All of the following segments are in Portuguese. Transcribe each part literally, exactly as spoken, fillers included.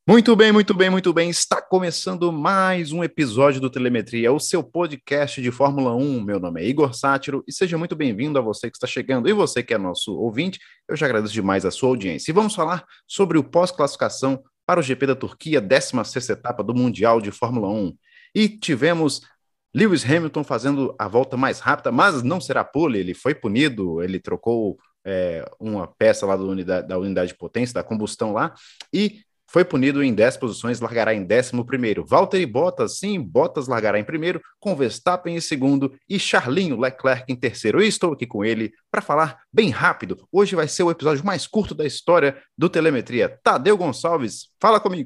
Muito bem, muito bem, muito bem. Está começando mais um episódio do Telemetria, o seu podcast de Fórmula Um. Meu nome é Igor Sátiro e seja muito bem-vindo a você que está chegando e você que é nosso ouvinte. Eu já agradeço demais a sua audiência. E vamos falar sobre o pós-classificação para o G P da Turquia, décima sexta etapa do Mundial de Fórmula Um. E tivemos Lewis Hamilton fazendo a volta mais rápida, mas não será pole, ele foi punido, ele trocou é, uma peça lá da unidade, da unidade de potência, da combustão lá, e foi punido em dez posições, largará em décimo primeiro. Valtteri Bottas, sim, Bottas largará em primeiro, com Verstappen em segundo e Charlinho Leclerc em terceiro. Eu estou aqui com ele para falar bem rápido. Hoje vai ser o episódio mais curto da história do Telemetria. Tadeu Gonçalves, fala comigo.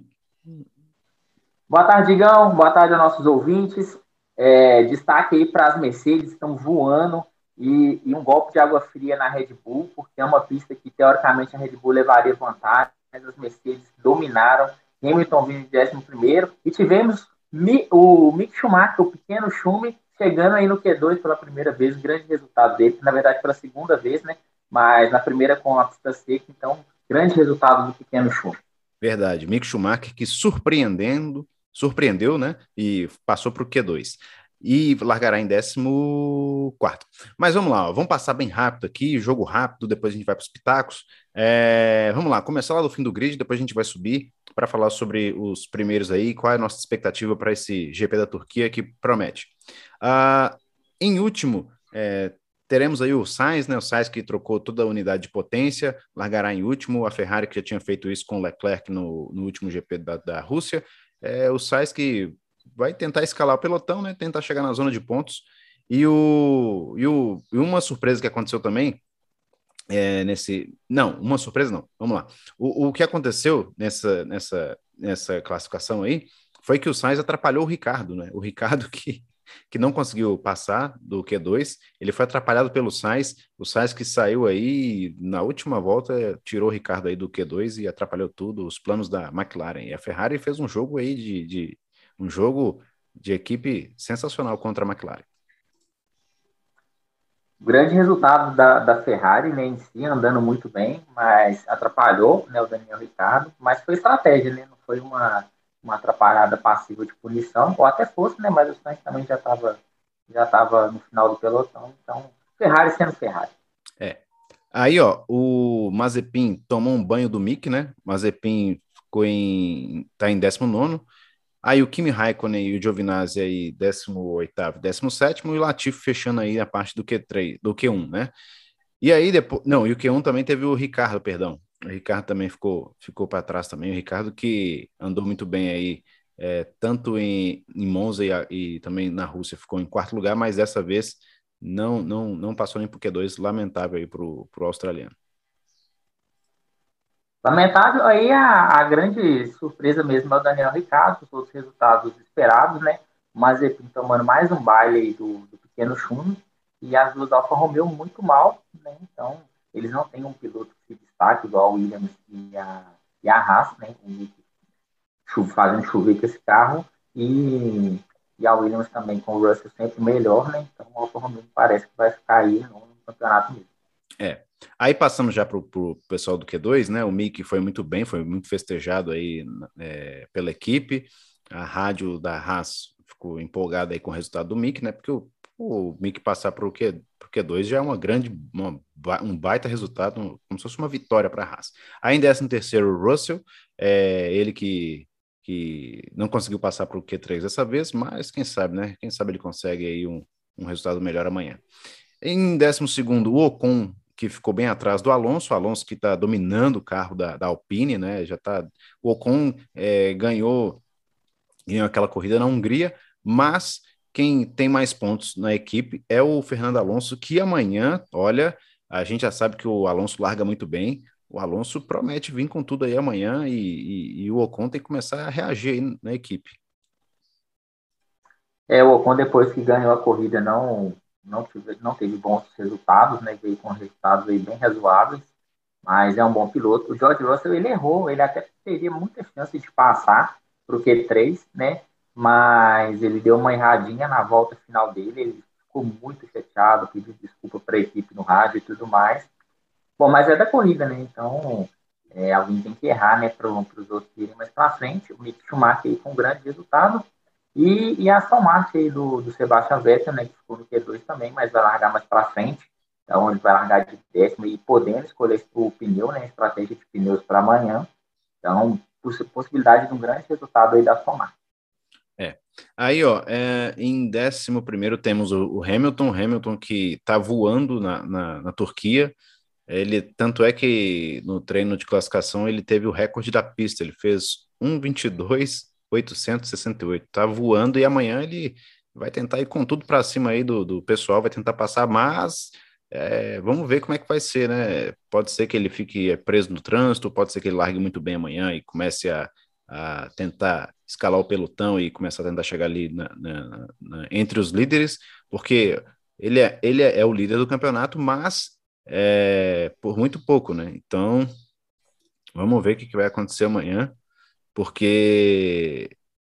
Boa tarde, Digão. Boa tarde aos nossos ouvintes. É, destaque aí para as Mercedes, estão voando e, e um golpe de água fria na Red Bull, porque é uma pista que, teoricamente, a Red Bull levaria vantagem, mas as Mercedes dominaram. Hamilton vindo em décimo primeiro e tivemos Mi, o Mick Schumacher, o pequeno Schumi, chegando aí no Q dois pela primeira vez, um grande resultado dele, na verdade pela segunda vez, né? Mas na primeira com a pista seca, então, grande resultado do pequeno Schumi. Verdade, Mick Schumacher que surpreendendo, surpreendeu, né? E passou para o Q dois. E largará em décimo quarto. Mas vamos lá, ó, vamos passar bem rápido aqui, jogo rápido, depois a gente vai para os pitacos. É, vamos lá, começar lá do fim do grid, depois a gente vai subir para falar sobre os primeiros aí, qual é a nossa expectativa para esse G P da Turquia que promete. Ah, em último, é, teremos aí o Sainz, né? O Sainz que trocou toda a unidade de potência, largará em último. A Ferrari que já tinha feito isso com o Leclerc no, no último G P da, da Rússia. É, o Sainz que vai tentar escalar o pelotão, né? Tentar chegar na zona de pontos. E, o, e, o, e uma surpresa que aconteceu também é, nesse. Não, uma surpresa não. Vamos lá. O, o que aconteceu nessa, nessa, nessa classificação aí foi que o Sainz atrapalhou o Ricardo, né? O Ricardo que, que não conseguiu passar do Q dois, ele foi atrapalhado pelo Sainz. O Sainz que saiu aí na última volta, tirou o Ricardo aí do Q dois e atrapalhou tudo, os planos da McLaren. E a Ferrari fez um jogo aí de, de um jogo de equipe sensacional contra a McLaren. O grande resultado da, da Ferrari, né, em si, andando muito bem, mas atrapalhou, né, o Daniel Ricciardo, mas foi estratégia, né, não foi uma, uma atrapalhada passiva de punição, ou até fosse, né, mas o Sainz também já estava já tava no final do pelotão, então Ferrari sendo Ferrari. É. Aí, ó, o Mazepin tomou um banho do Mick, né? Mazepin ficou em, tá em décimo nono. Aí o Kimi Raikkonen e o Giovinazzi aí décimo oitavo, décimo sétimo e o Latifi fechando aí a parte do Q três, do Q um, né? E aí depois, não, e o Q um também teve o Ricardo, perdão. O Ricardo também ficou ficou para trás também. O Ricardo que andou muito bem aí, é, tanto em, em Monza e, a- e também na Rússia ficou em quarto lugar, mas dessa vez não não não passou nem pro Q dois, lamentável aí pro, pro australiano. Lamentável, aí a, a grande surpresa mesmo é o Daniel Ricciardo, os outros resultados esperados, né, o Mazepin tomando mais um baile aí do, do pequeno Schumi, e as duas Alfa Romeo muito mal, né? Então eles não têm um piloto que se destaque igual o Williams e a, e a Haas, né? O Nick fazendo chover com esse carro, e, e a Williams também com o Russell sempre melhor, né? Então o Alfa Romeo parece que vai ficar aí no, no campeonato mesmo. É. Aí passamos já pro, pro pessoal do Q dois, né? O Mick foi muito bem, foi muito festejado aí é, pela equipe. A rádio da Haas ficou empolgada aí com o resultado do Mick, né? Porque o, o Mick passar pro, Q, pro Q dois já é uma grande, uma, um baita resultado, um, como se fosse uma vitória para a Haas. Aí em décimo terceiro, o Russell, é, ele que, que não conseguiu passar pro Q três dessa vez, mas quem sabe, né? Quem sabe ele consegue aí um, um resultado melhor amanhã. Em décimo segundo, o Ocon, que ficou bem atrás do Alonso, o Alonso que está dominando o carro da, da Alpine, né? Já tá, o Ocon é, ganhou, ganhou aquela corrida na Hungria, mas quem tem mais pontos na equipe é o Fernando Alonso, que amanhã, olha, a gente já sabe que o Alonso larga muito bem, o Alonso promete vir com tudo aí amanhã e, e, e o Ocon tem que começar a reagir aí na equipe. É, o Ocon, depois que ganhou a corrida, não, não, tive, não teve bons resultados, né? Veio com resultados aí bem razoáveis, mas é um bom piloto. O George Russell, ele errou, ele até teria muita chance de passar para o Q três, né? Mas ele deu uma erradinha na volta final dele, ele ficou muito chateado, pediu desculpa para a equipe no rádio e tudo mais. Bom, mas é da corrida, né? Então, É, alguém tem que errar, né, para os outros irem mais para frente. O Mick Schumacher aí com um grande resultado. E, e a Aston Martin aí do, do Sebastian Vettel, né, que ficou no Q dois também, mas vai largar mais para frente. Então ele vai largar de décimo e podendo escolher o pneu, né, estratégia de pneus para amanhã. Então, poss possibilidade de um grande resultado aí da Aston Martin. É. Aí, ó, é, em décimo primeiro temos o, o Hamilton, Hamilton que tá voando na, na, na Turquia. Ele, tanto é que no treino de classificação ele teve o recorde da pista, ele fez um vinte e dois oitocentos e sessenta e oito, tá voando e amanhã ele vai tentar ir com tudo para cima aí do, do pessoal, vai tentar passar, mas é, vamos ver como é que vai ser, né? Pode ser que ele fique é, preso no trânsito, pode ser que ele largue muito bem amanhã e comece a, a tentar escalar o pelotão e começar a tentar chegar ali na, na, na, entre os líderes, porque ele é, ele é, é o líder do campeonato, mas é, por muito pouco, né? Então, vamos ver o que, que vai acontecer amanhã, porque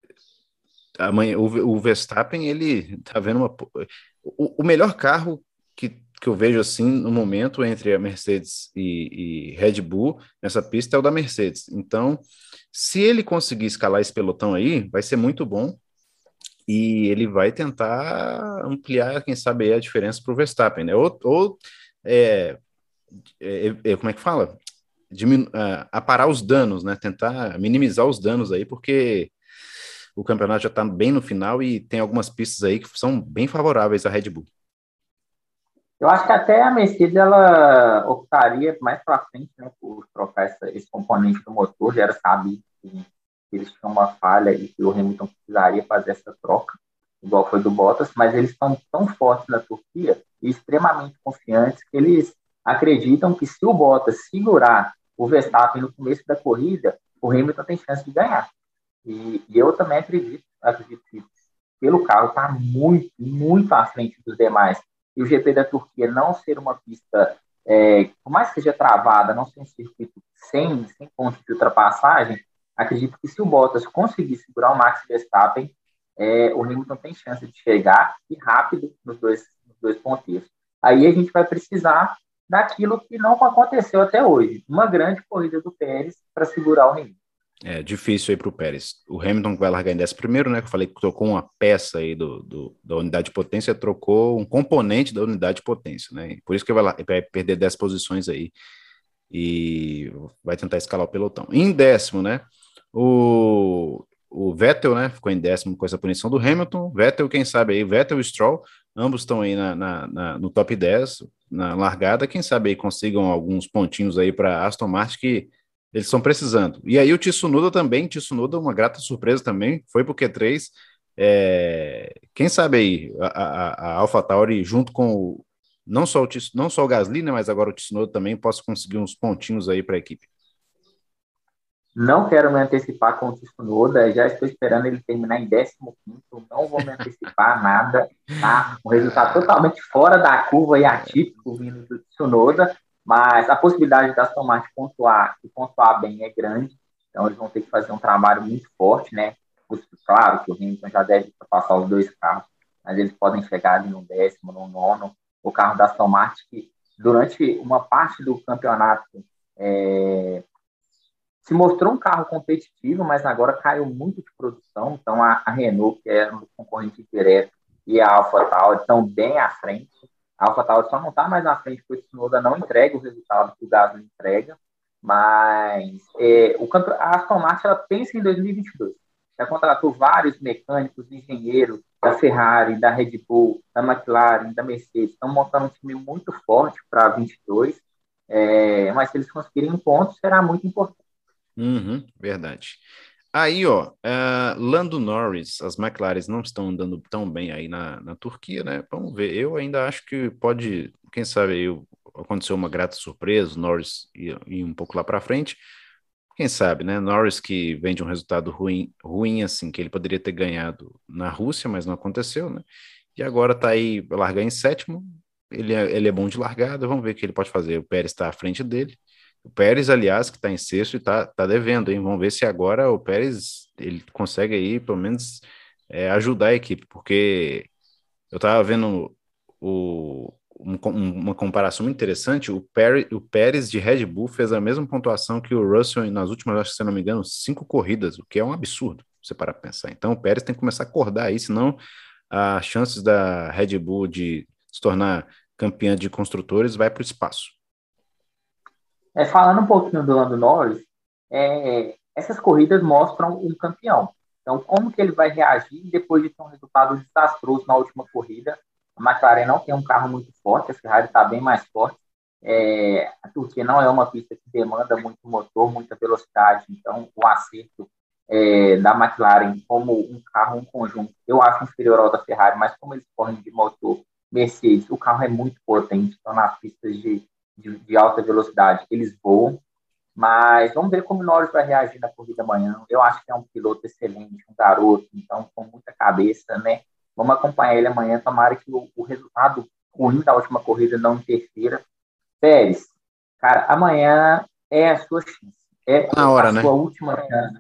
amanhã o, o Verstappen, ele tá vendo uma... O, o melhor carro que, que eu vejo, assim, no momento, entre a Mercedes e, e Red Bull, nessa pista, é o da Mercedes. Então, se ele conseguir escalar esse pelotão aí, vai ser muito bom, e ele vai tentar ampliar, quem sabe, aí a diferença para o Verstappen, né? Ou, ou é, é, é, como é que fala? Diminu uh, aparar os danos, né? Tentar minimizar os danos aí, porque o campeonato já está bem no final e tem algumas pistas aí que são bem favoráveis à Red Bull. Eu acho que até a Mercedes ela optaria mais para frente, né, por trocar essa, esse componente do motor. Já era sabido que, que eles tinham uma falha e que o Hamilton precisaria fazer essa troca, igual foi do Bottas, mas eles estão tão fortes na Turquia e extremamente confiantes que eles acreditam que se o Bottas segurar o Verstappen no começo da corrida, o Hamilton tem chance de ganhar. E, e eu também acredito, acredito que pelo carro está muito, muito à frente dos demais. E o G P da Turquia não ser uma pista, é, por mais que seja travada, não ser um circuito sem, sem pontos de ultrapassagem, acredito que se o Bottas conseguir segurar o Max Verstappen, é, o Hamilton tem chance de chegar e rápido nos dois, nos dois ponteiros. Aí a gente vai precisar daquilo que não aconteceu até hoje, uma grande corrida do Pérez para segurar o Hamilton. É difícil aí para o Pérez. O Hamilton vai largar em décimo primeiro, né? Que eu falei que trocou uma peça aí do, do, da unidade de potência, trocou um componente da unidade de potência, né? Por isso que vai, lá, vai perder dez posições aí e vai tentar escalar o pelotão. Em décimo, né? O, o Vettel, né? Ficou em décimo com essa punição do Hamilton. Vettel, quem sabe aí, Vettel e Stroll, ambos estão aí na, na, na, no top dez, na largada. Quem sabe aí consigam alguns pontinhos aí para Aston Martin que eles estão precisando. E aí o Tsunoda também, Tsunoda, uma grata surpresa também, foi pro Q três. É, quem sabe aí, a, a, a AlphaTauri junto com o, não só o, não só o Gasly, né, mas agora o Tsunoda também possa conseguir uns pontinhos aí para a equipe. Não quero me antecipar com o Tsunoda, já estou esperando ele terminar em décimo quinto, não vou me antecipar nada, tá? Um resultado Ah, totalmente fora da curva e atípico vindo do Tsunoda, mas a possibilidade da Aston Martin pontuar e pontuar bem é grande, então eles vão ter que fazer um trabalho muito forte, né? Claro que o Hamilton já deve passar os dois carros, mas eles podem chegar ali no décimo, no nono, o carro da Aston Martin, que durante uma parte do campeonato é, se mostrou um carro competitivo, mas agora caiu muito de produção. Então, a, a Renault, que é um concorrente direto, e a AlphaTauri estão bem à frente. A AlphaTauri só não está mais à frente porque o Tsunoda não entrega o resultado que o Gasly entrega. Mas é, o, a Aston Martin ela pensa em dois mil e vinte e dois. Já contratou vários mecânicos, engenheiros da Ferrari, da Red Bull, da McLaren, da Mercedes. Estão montando um time muito forte para vinte e dois. É, mas se eles conseguirem pontos, será muito importante. uhum, verdade. Aí, ó, uh, Lando Norris, as McLaren não estão andando tão bem aí na, na Turquia, né? Vamos ver. Eu ainda acho que pode, quem sabe, aí, aconteceu uma grata surpresa, o Norris ir, ir um pouco lá para frente. Quem sabe, né? Norris que vem de um resultado ruim, ruim, assim, que ele poderia ter ganhado na Rússia, mas não aconteceu, né? E agora tá aí, largar em sétimo. Ele é, ele é bom de largada, vamos ver o que ele pode fazer. O Pérez está à frente dele. O Pérez, aliás, que está em sexto e está tá devendo, hein? Vamos ver se agora o Pérez ele consegue aí, pelo menos, é, ajudar a equipe, porque eu estava vendo o, um, uma comparação muito interessante, o, Pérez, o Pérez de Red Bull fez a mesma pontuação que o Russell nas últimas, acho que, se não me engano, cinco corridas, o que é um absurdo, se você parar para pensar. Então o Pérez tem que começar a acordar aí, senão as chances da Red Bull de se tornar campeã de construtores vai para o espaço. É, falando um pouquinho do Lando Norris, é, essas corridas mostram um campeão. Então, como que ele vai reagir depois de ter um resultado desastroso na última corrida? A McLaren não tem um carro muito forte, a Ferrari está bem mais forte. É, a Turquia não é uma pista que demanda muito motor, muita velocidade. Então, o acerto é, da McLaren como um carro, um conjunto, eu acho inferior ao da Ferrari, mas como eles correm de motor Mercedes, o carro é muito potente. Então, nas pistas de, de, de alta velocidade, eles voam. Mas vamos ver como o Norris vai reagir na corrida amanhã. Eu acho que é um piloto excelente, um garoto, então com muita cabeça, né? Vamos acompanhar ele amanhã. Tomara que o, o resultado ruim da última corrida não interfira. Pérez, cara, amanhã é a sua chance. É Na hora, a né? sua última chance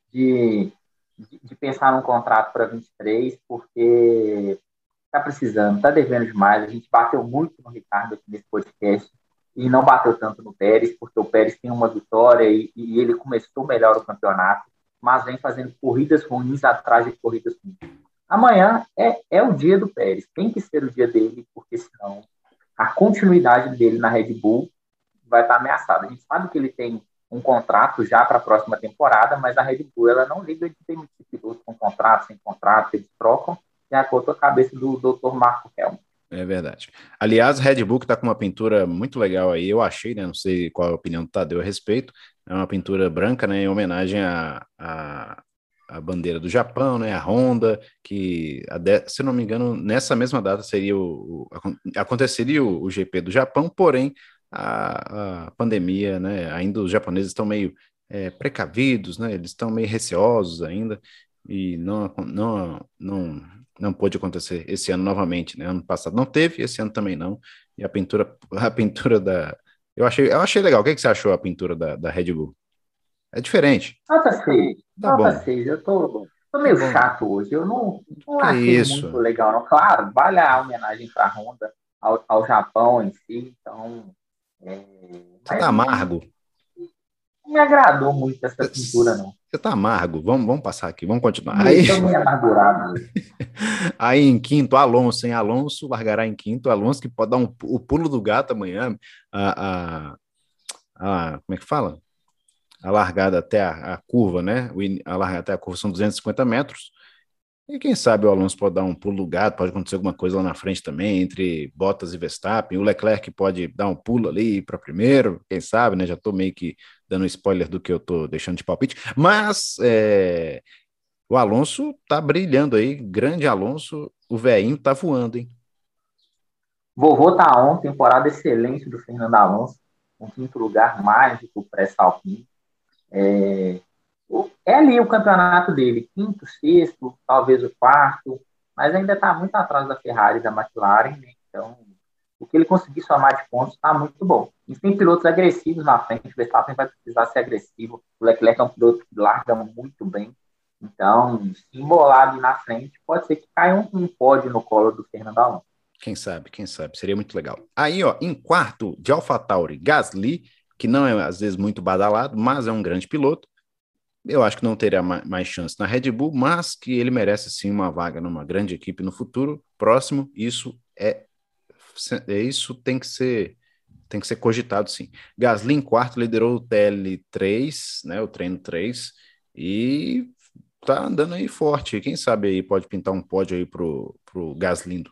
de, de, de pensar num contrato para vinte e três, porque está precisando, está devendo demais. A gente bateu muito no Ricardo aqui nesse podcast e não bateu tanto no Pérez, porque o Pérez tem uma vitória e, e ele começou melhor o campeonato, mas vem fazendo corridas ruins atrás de corridas ruins. Amanhã é, é o dia do Pérez, tem que ser o dia dele, porque senão a continuidade dele na Red Bull vai estar ameaçada. A gente sabe que ele tem um contrato já para a próxima temporada, mas a Red Bull ela não liga de ter muitos pilotos com contrato, sem contrato, eles trocam de acordo com a cabeça do doutor Marco Helmut. É verdade. Aliás, Red Bull que tá com uma pintura muito legal aí, eu achei, né? Não sei qual a opinião do Tadeu a respeito. É uma pintura branca, né? Em homenagem à, à, à bandeira do Japão, né? A Honda, que, a de, se não me engano, nessa mesma data seria o, o aconteceria o, o G P do Japão, porém a, a pandemia, né? Ainda os japoneses estão meio é, precavidos, né? Eles estão meio receosos ainda e não, não, não não pôde acontecer esse ano novamente, né? Ano passado não teve, esse ano também não. E a pintura, a pintura da. Eu achei, eu achei legal. O que, que você achou a pintura da, da Red Bull? É diferente. Nota seis. Tá Nota bom. seis. Eu tô, tô Tá meio bom. chato hoje. Eu não, não Que achei muito isso? legal, não. Claro, vale a homenagem para a Honda, ao, ao Japão em si. Então, é, Você tá mas não, amargo? não me agradou muito essa pintura, não. Você tá amargo? Vamos, vamos passar aqui, vamos Tô continuar. Aí, meio, tô meio amargurado hoje. aí em quinto, Alonso, hein? Alonso largará em quinto. Alonso que pode dar um, o pulo do gato amanhã. A, a, a, como é que fala? A largada até a, a curva, né? A largada até a curva são duzentos e cinquenta metros. E quem sabe o Alonso pode dar um pulo do gato, pode acontecer alguma coisa lá na frente também, entre Bottas e Verstappen. O Leclerc pode dar um pulo ali para primeiro, quem sabe, né? Já estou meio que dando spoiler do que eu estou deixando de palpite. Mas é, o Alonso tá brilhando aí, grande Alonso, o velhinho tá voando, hein? Vovô tá on, temporada excelente do Fernando Alonso. Um quinto lugar mágico para essa Alpine. É, é ali o campeonato dele, quinto, sexto, talvez o quarto, mas ainda está muito atrás da Ferrari e da McLaren, né? Então, o que ele conseguir somar de pontos está muito bom. E tem pilotos agressivos na frente, o Verstappen vai precisar ser agressivo, o Leclerc é um piloto que larga muito bem, então, se embolar ali na frente, pode ser que caia um, um pódio no colo do Fernando Alonso. Quem sabe, quem sabe, seria muito legal. Aí, ó, em quarto, de AlphaTauri, Gasly, que não é às vezes muito badalado, mas é um grande piloto. Eu acho que não teria mais chance na Red Bull, mas que ele merece sim uma vaga numa grande equipe no futuro próximo. Isso é, é isso tem que ser tem que ser cogitado sim. Gasly em quarto liderou o T L três, né, o treino três, e tá andando aí forte. Quem sabe aí pode pintar um pódio aí pro pro Gasly.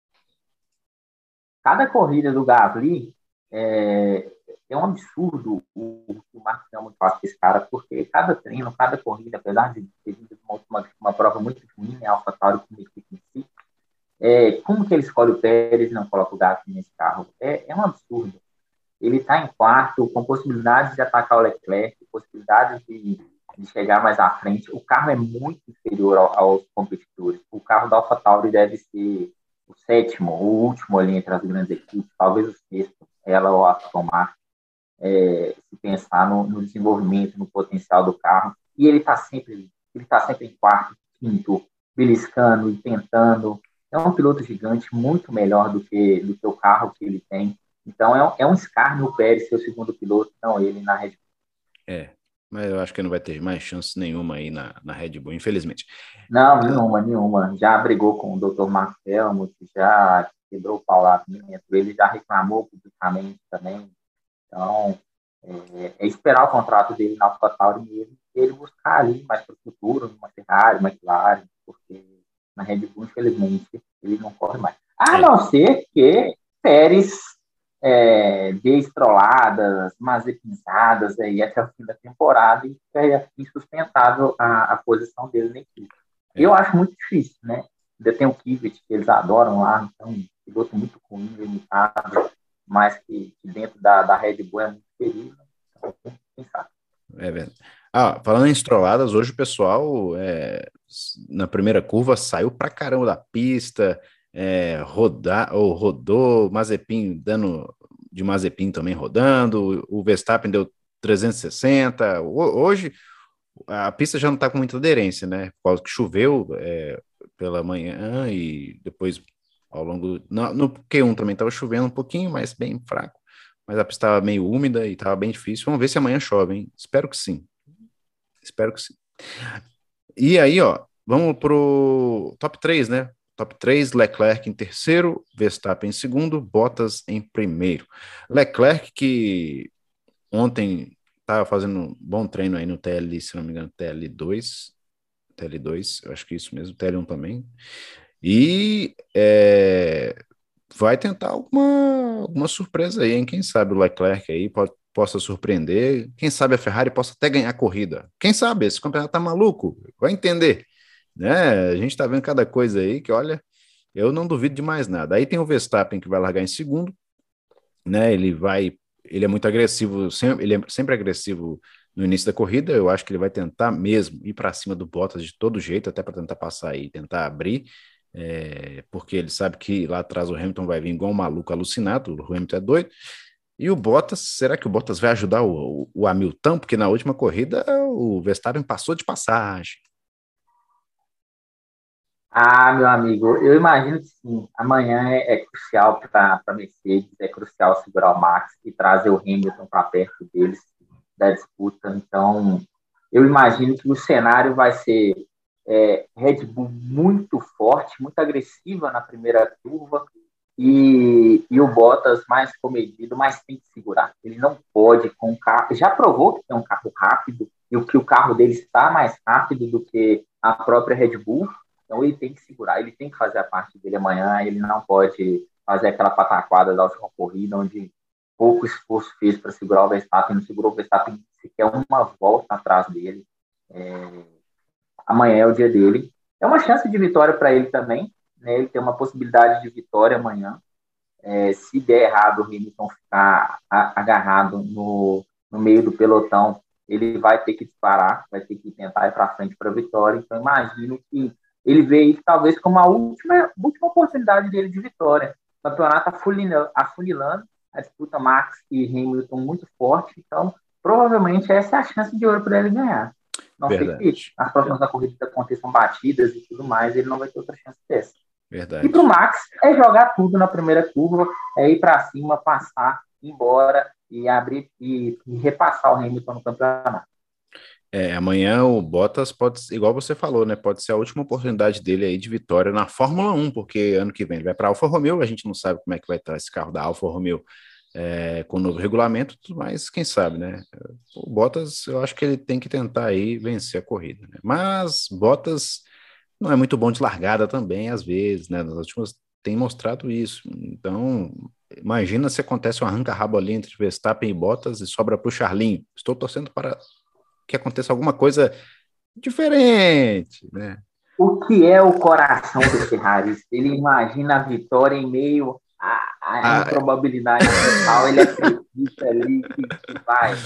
Cada corrida do Gasly é, é um absurdo o que o Marcos Helmut faz com esse cara, porque cada treino, cada corrida, apesar de ter vindo uma, uma, uma prova muito ruim, né, AlphaTauri com a equipe em si, é, como que ele escolhe o Pérez e não coloca o Gasly nesse carro? É, é um absurdo. Ele está em quarto, com possibilidades de atacar o Leclerc, possibilidades de, de chegar mais à frente. O carro é muito inferior ao, aos competidores. O carro da AlphaTauri deve ser o sétimo, o último ali entre as grandes equipes, talvez o sexto, ela ou a Aston Martin, é, se pensar no, no desenvolvimento, no potencial do carro. E ele está sempre, ele tá sempre em quarto, quinto, beliscando e tentando. é um piloto gigante, muito melhor do que, do que o carro que ele tem. Então, é, um- é um escárnio o Pérez ser o segundo piloto, não ele na Red Bull. É, mas eu acho que não vai ter mais chance nenhuma aí na, na Red Bull, infelizmente. Não, Ah, nenhuma, nenhuma. Já brigou com o doutor Marcos Helmut, já quebrou o pau lá dentro, ele já reclamou publicamente também. Então, é, é esperar o contrato dele na AlphaTauri mesmo, e ele buscar ali mais para o futuro, numa Ferrari, uma McLaren, porque na Red Bull, infelizmente, ele não corre mais. A é, não ser que Pérez é, dê estroladas, mazepinzadas aí até o fim da temporada e fica insustentável a, a posição dele na equipe. Eu é, acho muito difícil, né? Ainda tem o Kvyat, que eles adoram lá, então, um piloto muito ruim, limitado, mas que, que dentro da, da Red Bull é muito querido. Então, quem sabe? é verdade. Ah, falando em estroladas, hoje o pessoal é, na primeira curva saiu pra caramba da pista, é, rodar, ou rodou, Mazepin dando de Mazepin também rodando, o Verstappen deu trezentos e sessenta. Ho- Hoje a pista já não está com muita aderência, né? Por causa que choveu é, pela manhã e depois ao longo. No, no Q um também estava chovendo um pouquinho, mas bem fraco. Mas a pista estava meio úmida e estava bem difícil. Vamos ver se amanhã chove, hein? Espero que sim. Espero que sim. E aí, ó, vamos pro top três, né? Top três, Leclerc em terceiro, Verstappen em segundo, Bottas em primeiro. Leclerc que ontem estava fazendo um bom treino aí no T L, se não me engano, T L dois, T L dois, eu acho que é isso mesmo, T L um também. E é, vai tentar alguma, alguma surpresa aí, hein? Quem sabe o Leclerc aí pode, possa surpreender. Quem sabe a Ferrari possa até ganhar a corrida. Quem sabe? Esse campeonato tá maluco. Vai entender, né? A gente tá vendo cada coisa aí que, olha, eu não duvido de mais nada. Aí tem o Verstappen que vai largar em segundo, né? Ele vai, ele é muito agressivo, sempre, ele é sempre agressivo no início da corrida. Eu acho que ele vai tentar mesmo ir para cima do Bottas de todo jeito, até para tentar passar e tentar abrir, é, porque ele sabe que lá atrás o Hamilton vai vir igual um maluco alucinado. O Hamilton é doido. E o Bottas, será que o Bottas vai ajudar o, o, o Hamilton? Porque na última corrida o Verstappen passou de passagem. Ah, meu amigo, eu imagino que sim. Amanhã é, é crucial para a Mercedes, é crucial segurar o Max e trazer o Hamilton para perto deles da disputa. Então, eu imagino que o cenário vai ser é, Red Bull muito forte, muito agressiva na primeira curva e, e o Bottas mais comedido, mas tem que segurar. Ele não pode com o carro. Já provou que tem um carro rápido e o que o carro dele está mais rápido do que a própria Red Bull. Então ele tem que segurar, ele tem que fazer a parte dele amanhã, ele não pode fazer aquela pataquada da última corrida, onde pouco esforço fez para segurar o Verstappen, não segurou o Verstappen sequer uma volta atrás dele. É, amanhã é o dia dele. É uma chance de vitória para ele também, né? Ele tem uma possibilidade de vitória amanhã. É, se der errado, o Hamilton ficar agarrado no, no meio do pelotão, ele vai ter que disparar, vai ter que tentar ir para frente para a vitória. Então, imagino que ele vê isso talvez como a última, última oportunidade dele de vitória. O campeonato afunilando, afunilando, a disputa Max e Hamilton muito forte, então provavelmente essa é a chance de ouro para ele ganhar. Não sei se Verdade, as próximas corridas aconteçam batidas e tudo mais, ele não vai ter outra chance dessa. E para o verdade. Max é jogar tudo na primeira curva, é ir para cima, passar, ir embora e abrir e, e repassar o Hamilton no campeonato. É, amanhã o Bottas pode, igual você falou, né? Pode ser a última oportunidade dele aí de vitória na Fórmula Um, porque ano que vem ele vai para a Alfa Romeo, a gente não sabe como é que vai estar esse carro da Alfa Romeo é, com o novo regulamento, mas quem sabe, né? O Bottas, eu acho que ele tem que tentar aí vencer a corrida, né? Mas Bottas não é muito bom de largada também, às vezes, né? Nas últimas tem mostrado isso. Então, imagina se acontece um arranca-rabo ali entre Verstappen e Bottas e sobra para o Charlinho. Estou torcendo para que aconteça alguma coisa diferente, né? O que é o coração do ferrarista? Ele imagina a vitória em meio à, à Ah, improbabilidade total, ele acredita ali que, que vai.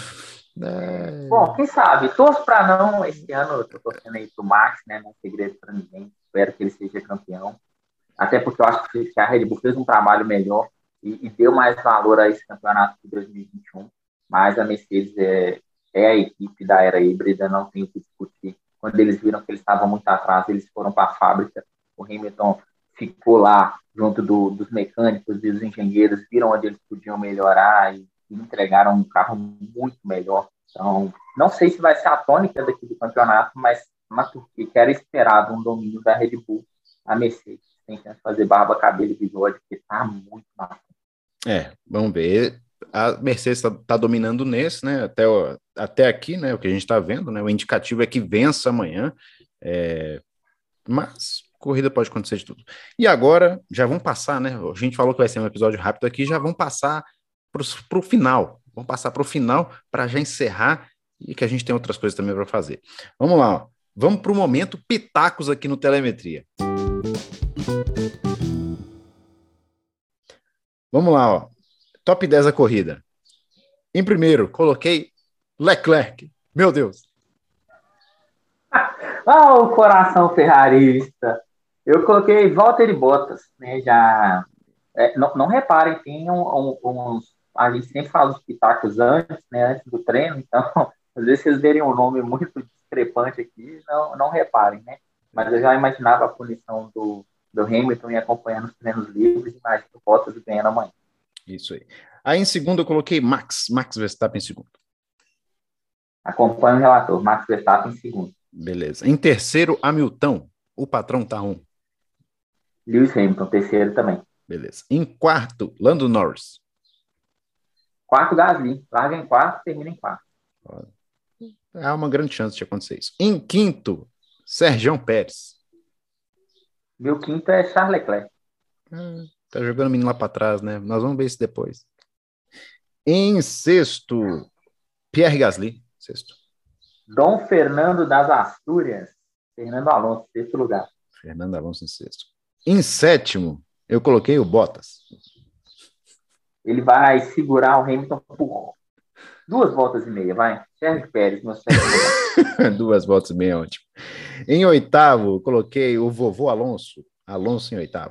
É, bom, é, quem sabe? Torço para não, esse ano eu estou torcendo aí para o Max, né? Não é segredo para ninguém. Espero que ele seja campeão. Até porque eu acho que a Red Bull fez um trabalho melhor e, e deu mais valor a esse campeonato de dois mil e vinte e um. Mas a Mercedes é, é a equipe da era híbrida, não tem o que discutir. Quando eles viram que eles estavam muito atrás, eles foram para a fábrica. O Hamilton ficou lá junto do, dos mecânicos e dos engenheiros, viram onde eles podiam melhorar e, e entregaram um carro muito melhor. Então, não sei se vai ser a tônica daqui do campeonato, mas na Turquia, que era esperado um domínio da Red Bull, a Mercedes tem que fazer barba, cabelo e bigode, porque está muito massa. É, vamos ver. A Mercedes está tá dominando nesse, né? Até, até aqui, né? O que a gente está vendo, né? O indicativo é que vença amanhã. É, mas corrida pode acontecer de tudo. E agora, já vamos passar, né? A gente falou que vai ser um episódio rápido aqui, já vamos passar para o final. Vamos passar para o final para já encerrar e que a gente tem outras coisas também para fazer. Vamos lá, ó. Vamos para o momento pitacos aqui no Telemetria. Vamos lá, ó. Top dez da corrida. Em primeiro, coloquei Leclerc. Meu Deus. Ah, o coração ferrarista. Eu coloquei Valtteri Bottas, né? Já é, não, não reparem, tem um, um, uns. A gente sempre fala dos pitacos antes, né? Antes do treino, então às vezes vocês verem um nome muito discrepante aqui, não, não reparem, né? Mas eu já imaginava a punição do, do Hamilton e acompanhando os treinos livres, imagino o Bottas ganhando amanhã. Isso aí. Aí em segundo eu coloquei Max, Max Verstappen em segundo. Acompanho o relator, Max Verstappen em segundo. Beleza. Em terceiro, Hamilton, o patrão tá um. Lewis Hamilton, terceiro também. Beleza. Em quarto, Lando Norris. Quarto, Gasly. Larga em quarto, termina em quarto. Há uma grande chance de acontecer isso. Em quinto, Sérgio Pérez. Meu quinto é Charles Leclerc. Ah, tá jogando o menino lá para trás, né? Nós vamos ver isso depois. Em sexto, Pierre Gasly. Sexto. Dom Fernando das Astúrias. Fernando Alonso, sexto lugar. Fernando Alonso em sexto. Em sétimo, eu coloquei o Bottas. Ele vai segurar o Hamilton por duas voltas e meia, vai. Sérgio Pérez, meu sétimo. Duas voltas e meia, ótimo. Em oitavo, coloquei o vovô Alonso. Alonso em oitavo.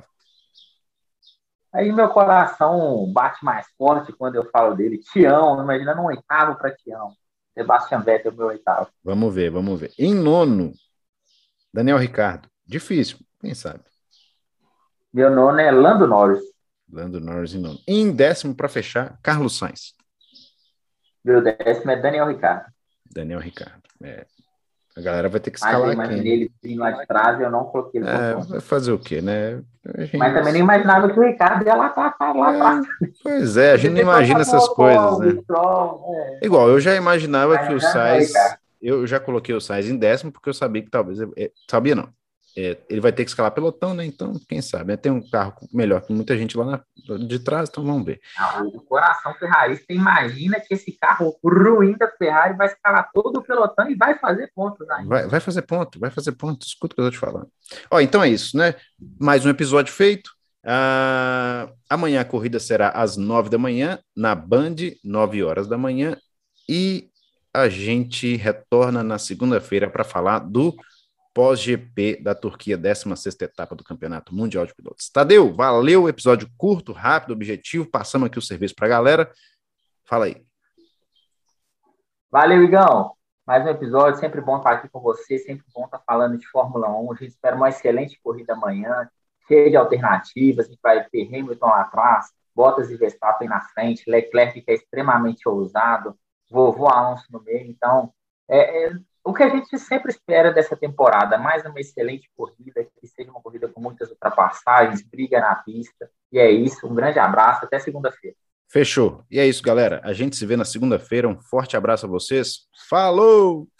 Aí meu coração bate mais forte quando eu falo dele. Tião, imaginando um oitavo para Tião. Sebastian Vettel, meu oitavo. Vamos ver, vamos ver. Em nono, Daniel Ricciardo. Difícil, quem sabe. Meu nono é Lando Norris. Lando Norris em nono. Em décimo, para fechar, Carlos Sainz. Meu décimo é Daniel Ricciardo. Daniel Ricciardo. É. A galera vai ter que escalar mas aqui. Ele vindo lá de trás, eu não coloquei ele. É, vai fazer o quê, né? Gente... Mas também não imaginava que o Ricardo ia lá para lá atrás. É, pois é, a gente não imagina essas coisas, né? É. Igual, eu já imaginava mas que o Sainz... Eu já coloquei o Sainz em décimo, porque eu sabia que talvez... É, sabia não. É, ele vai ter que escalar pelotão, né? Então, quem sabe? Né? Tem um carro melhor que muita gente lá na, de trás, então vamos ver. Ah, o coração ferrarista imagina que esse carro ruim da Ferrari vai escalar todo o pelotão e vai fazer pontos. Vai, vai fazer ponto, vai fazer ponto. Escuta o que eu tô te falando. Ó, então é isso, né? Mais um episódio feito. Ah, amanhã a corrida será às nove da manhã, na Band, nove horas da manhã. E a gente retorna na segunda-feira para falar do pós-G P da Turquia, décima sexta etapa do Campeonato Mundial de Pilotos. Tadeu, valeu, episódio curto, rápido, objetivo, passamos aqui o serviço para a galera. Fala aí. Valeu, Igão. Mais um episódio, sempre bom estar aqui com você, sempre bom estar falando de Fórmula um. A gente espera uma excelente corrida amanhã, cheia de alternativas, a gente vai ter Hamilton lá atrás, Bottas e Verstappen na frente, Leclerc que é extremamente ousado, vovô Alonso no meio, então é... é o que a gente sempre espera dessa temporada, mais uma excelente corrida, que seja uma corrida com muitas ultrapassagens, briga na pista, e é isso, um grande abraço, até segunda-feira. Fechou, e é isso, galera, a gente se vê na segunda-feira, um forte abraço a vocês, falou!